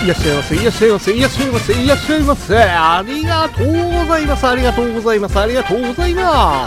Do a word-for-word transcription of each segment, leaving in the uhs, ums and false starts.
いらっしゃいませ、いらっしゃいませ、いらっしゃいませ、いらっしゃいませ。ありがとうございます、ありがとうございます、ありがとうございます。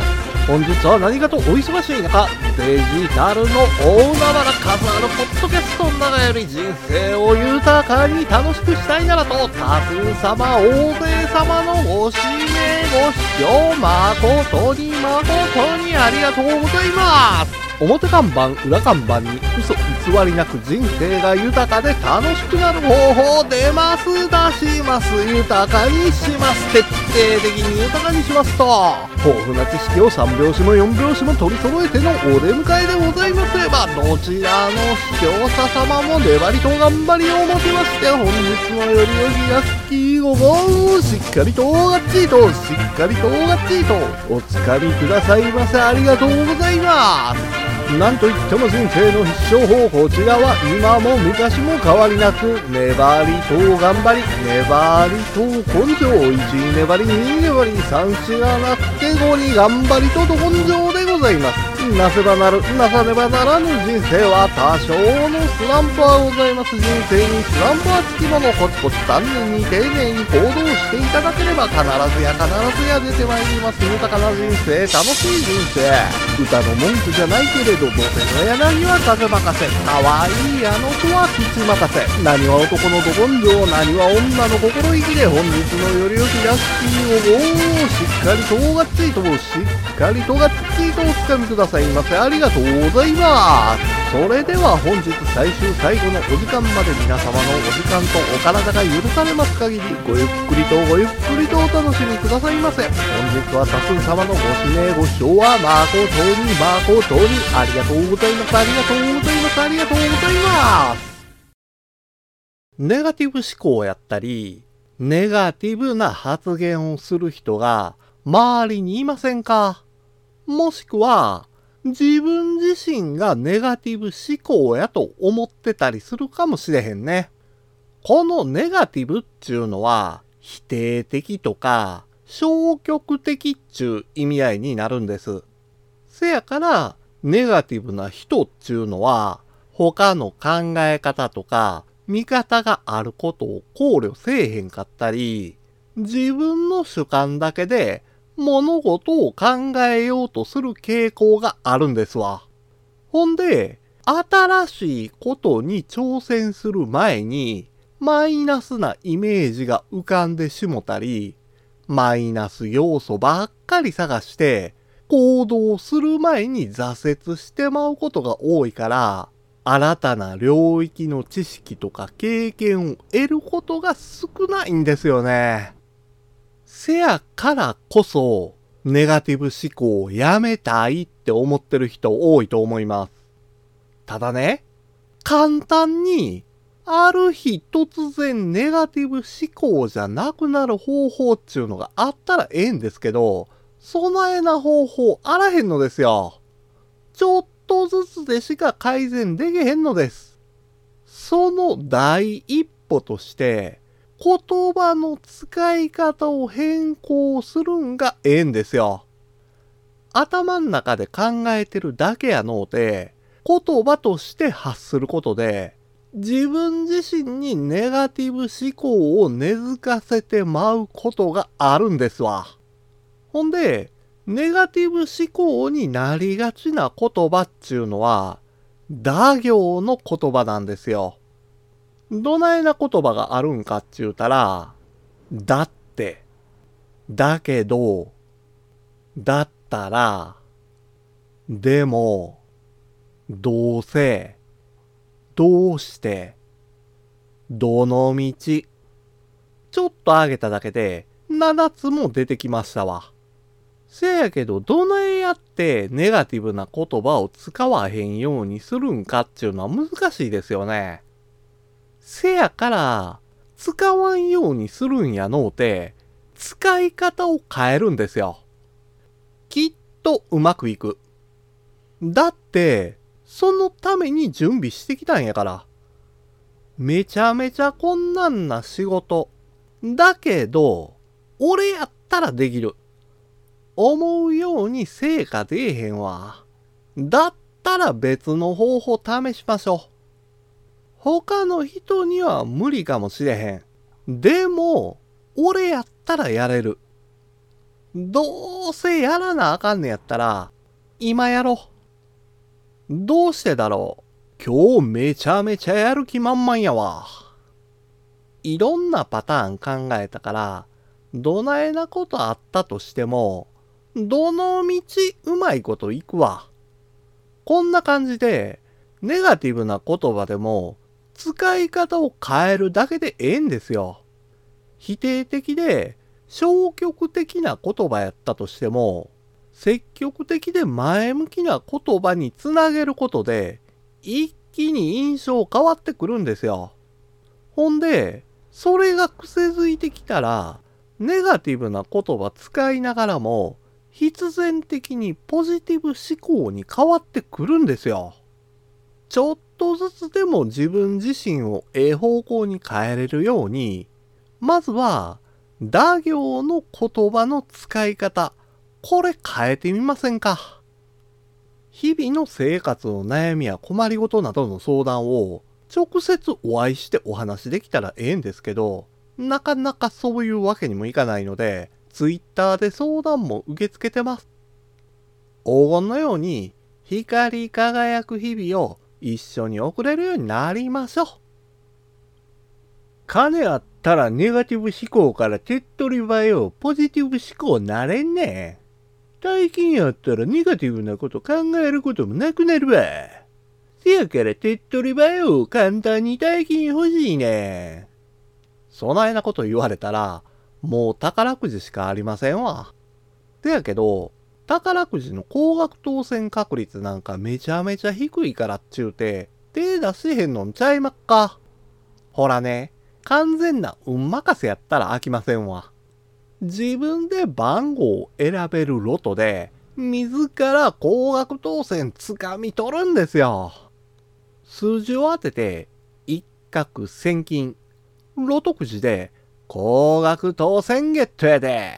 本日は何かとお忙しい中、デジタルの大海原数あるポッドキャストの中より人生を豊かに楽しくしたいならと、多数様、大勢様のご指名ご視聴誠に誠にありがとうございます。表看板、裏看板に嘘偽りなく人生が豊かで楽しくなる方法出ます、出します、豊かにします、徹底的に豊かにしますと、豊富な知識をさん拍子もよん拍子も取り揃えてのお出迎えでございますれば、どちらの視聴者様も粘りと頑張りをもちまして、本日のよりよぎやすきごぼうしっかりとがっちりとしっかりとがっちりとおつかみくださいませ。ありがとうございます。なんといっても人生の必勝法、こちらは今も昔も変わりなく、粘りと頑張り、粘りと根性、いち粘り、に粘り、さんしがなくてごに頑張りとど根性でございます。なせばなる、なさねばならぬ人生は多少のスランプはございます。人生にスランプはつきもの、コツコツ丹念に丁寧に行動していただければ、必ずや必ずや出てまいります。豊かな人生、楽しい人生。歌の文句じゃないけれど、土手の柳は風任せ、可愛いあの子は口任せ。何は男のど根性、何は女の心意気で、本日のよりよきラッキーをしっかりとがっちりとしっかりとがっちりとおつかみくださいませ。ありがとうございます。それでは本日最終最後のお時間まで、皆様のお時間とお体が許されます限り、ごゆっくりとごゆっくりとお楽しみくださいませ。本日は多数様のご指名ご視聴は誠に誠にありがとうございます。ありがとうございます。ありがとうございます。ネガティブ思考をやったり、ネガティブな発言をする人が周りにいませんか？もしくは、自分自身がネガティブ思考やと思ってたりするかもしれへんね。このネガティブっちゅうのは、否定的とか消極的っちゅう意味合いになるんです。せやから、ネガティブな人っちゅうのは、他の考え方とか見方があることを考慮せえへんかったり、自分の主観だけで物事を考えようとする傾向があるんですわ。ほんで、新しいことに挑戦する前に、マイナスなイメージが浮かんでしもたり、マイナス要素ばっかり探して、行動する前に挫折してまうことが多いから、新たな領域の知識とか経験を得ることが少ないんですよね。せやからこそ、ネガティブ思考をやめたいって思ってる人多いと思います。ただね、簡単に、ある日突然ネガティブ思考じゃなくなる方法っちゅうのがあったらええんですけど、そないな方法あらへんのですよ。ちょっとずつでしか改善できへんのです。その第一歩として、言葉の使い方を変更するんがええんですよ。頭ん中で考えてるだけやのうて、言葉として発することで、自分自身にネガティブ思考を根付かせてまうことがあるんですわ。ほんで、ネガティブ思考になりがちな言葉っちゅうのは、打行の言葉なんですよ。どないな言葉があるんかっちゅうたら、だって、だけど、だったら、でも、どうせ、どうして、どのみち、ちょっと上げただけでななつも出てきましたわ。せやけど、どないやってネガティブな言葉を使わへんようにするんかっちゅうのは難しいですよね。せやから、使わんようにするんやのうて、使い方を変えるんですよ。きっとうまくいく。だって、そのために準備してきたんやから。めちゃめちゃ困難な仕事。だけど、俺やったらできる。思うように成果出えへんわ。だったら別の方法試しましょう。 他の人には無理かもしれへん。でも、俺やったらやれる。どうせやらなあかんねやったら、今やろ。どうしてだろう。今日めちゃめちゃやる気満々やわ。いろんなパターン考えたから、どないなことあったとしても、どのみちうまいこといくわ。こんな感じで、ネガティブな言葉でも、使い方を変えるだけでええんですよ。否定的で消極的な言葉やったとしても、積極的で前向きな言葉につなげることで、一気に印象変わってくるんですよ。ほんで、それが癖づいてきたら、ネガティブな言葉使いながらも、必然的にポジティブ思考に変わってくるんですよ。ちょっとずつでも自分自身をええ方向に変えれるように、まずは、打行の言葉の使い方、これ変えてみませんか。日々の生活の悩みや困りごとなどの相談を直接お会いしてお話できたらええんですけど、なかなかそういうわけにもいかないので、ツイッターで相談も受け付けてます。黄金のように光り輝く日々を一緒に送れるようになりましょう。金あったらネガティブ思考から手っ取り早うポジティブ思考なれんねん。大金あったらネガティブなこと考えることもなくなるわ。せやから手っ取り早う簡単に大金欲しいねん。そないなこと言われたら、もう宝くじしかありませんわ。せやけど、宝くじの高額当選確率なんかめちゃめちゃ低いからっちゅうて、手出しへんのんちゃいまっか。ほらね、完全な運任せやったら飽きませんわ。自分で番号を選べるロトで、自ら高額当選つかみ取るんですよ。数字を当てて、一攫千金、ロトくじで高額当選ゲットやで。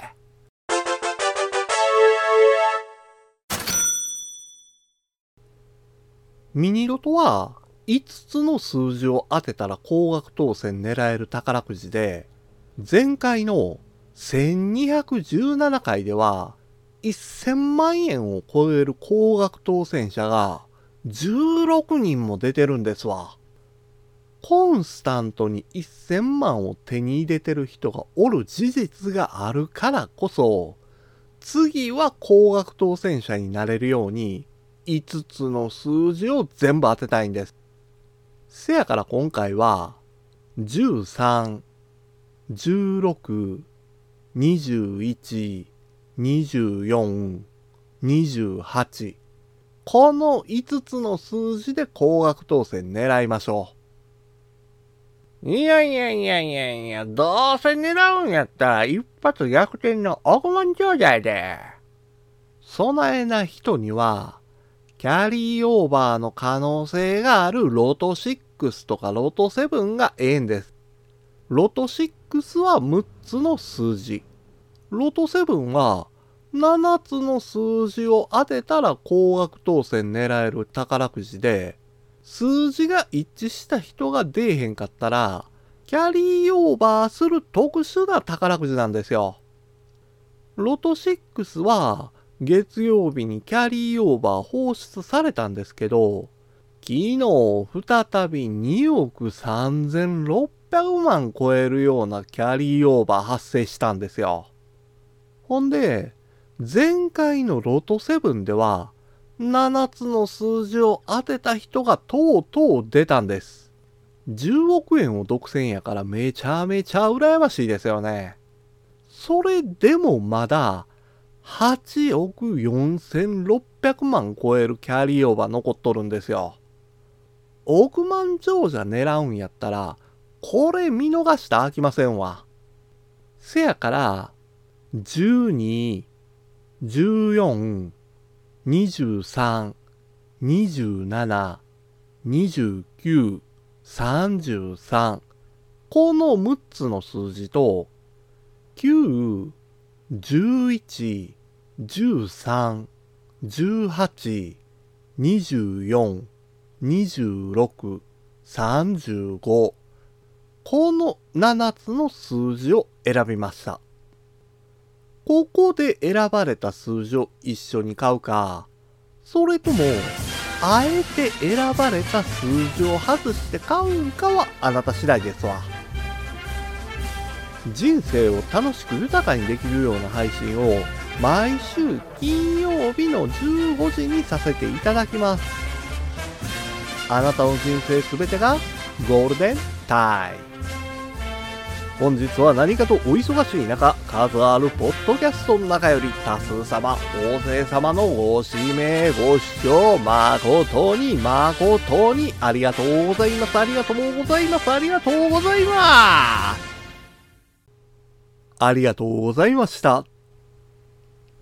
ミニロトはいつつの数字を当てたら高額当選狙える宝くじで、前回のせんにひゃくじゅうななかいではせんまんえんを超える高額当選者がじゅうろくにんも出てるんですわ。コンスタントにせんまんを手に入れてる人がおる事実があるからこそ、次は高額当選者になれるようにいつつの数字を全部当てたいんです。せやから今回はじゅうさん、じゅうろく、にじゅういち、にじゅうよん、にじゅうはち、このいつつの数字で高額当選狙いましょう。いやいやいやいやいや、どうせ狙うんやったら一発逆転の億万長者やで。備えな人には、キャリーオーバーの可能性があるロトろくとかロトなながええんです。ロトろくはむっつの数字。ロトななはななつの数字を当てたら高額当選狙える宝くじで、数字が一致した人が出えへんかったら、キャリーオーバーする特殊な宝くじなんですよ。ロトろくは月曜日にキャリーオーバー放出されたんですけど、昨日再びにおくさんぜんろっぴゃくまん超えるようなキャリーオーバー発生したんですよ。ほんで、前回のロトななでは、ななつの数字を当てた人がとうとう出たんです。じゅうおくえんを独占やからめちゃめちゃ羨ましいですよね。それでもまだ、はちおくよんせんろっぴゃくまん超えるキャリーオーバー残っとるんですよ。億万長者狙うんやったら、これ見逃したら飽きませんわ。せやから、じゅうに、じゅうよん、にじゅうさん、にじゅうなな、にじゅうきゅう、さんじゅうさん、このむっつの数字と、きゅう、じゅういち、じゅうさん、じゅうはち、にじゅうよん、にじゅうろく、 さんじゅうご。このななつの数字を選びました。ここで選ばれた数字を一緒に買うか、それとも、あえて選ばれた数字を外して買うんかはあなた次第ですわ。人生を楽しく豊かにできるような配信を毎週金曜日のじゅうごじにさせていただきます。あなたの人生すべてがゴールデンタイム。本日は何かとお忙しい中、数あるポッドキャストの中より多数様、大勢様のご指名ご視聴誠に誠にありがとうございます。ありがとうございます。ありがとうございます。ありがとうございました。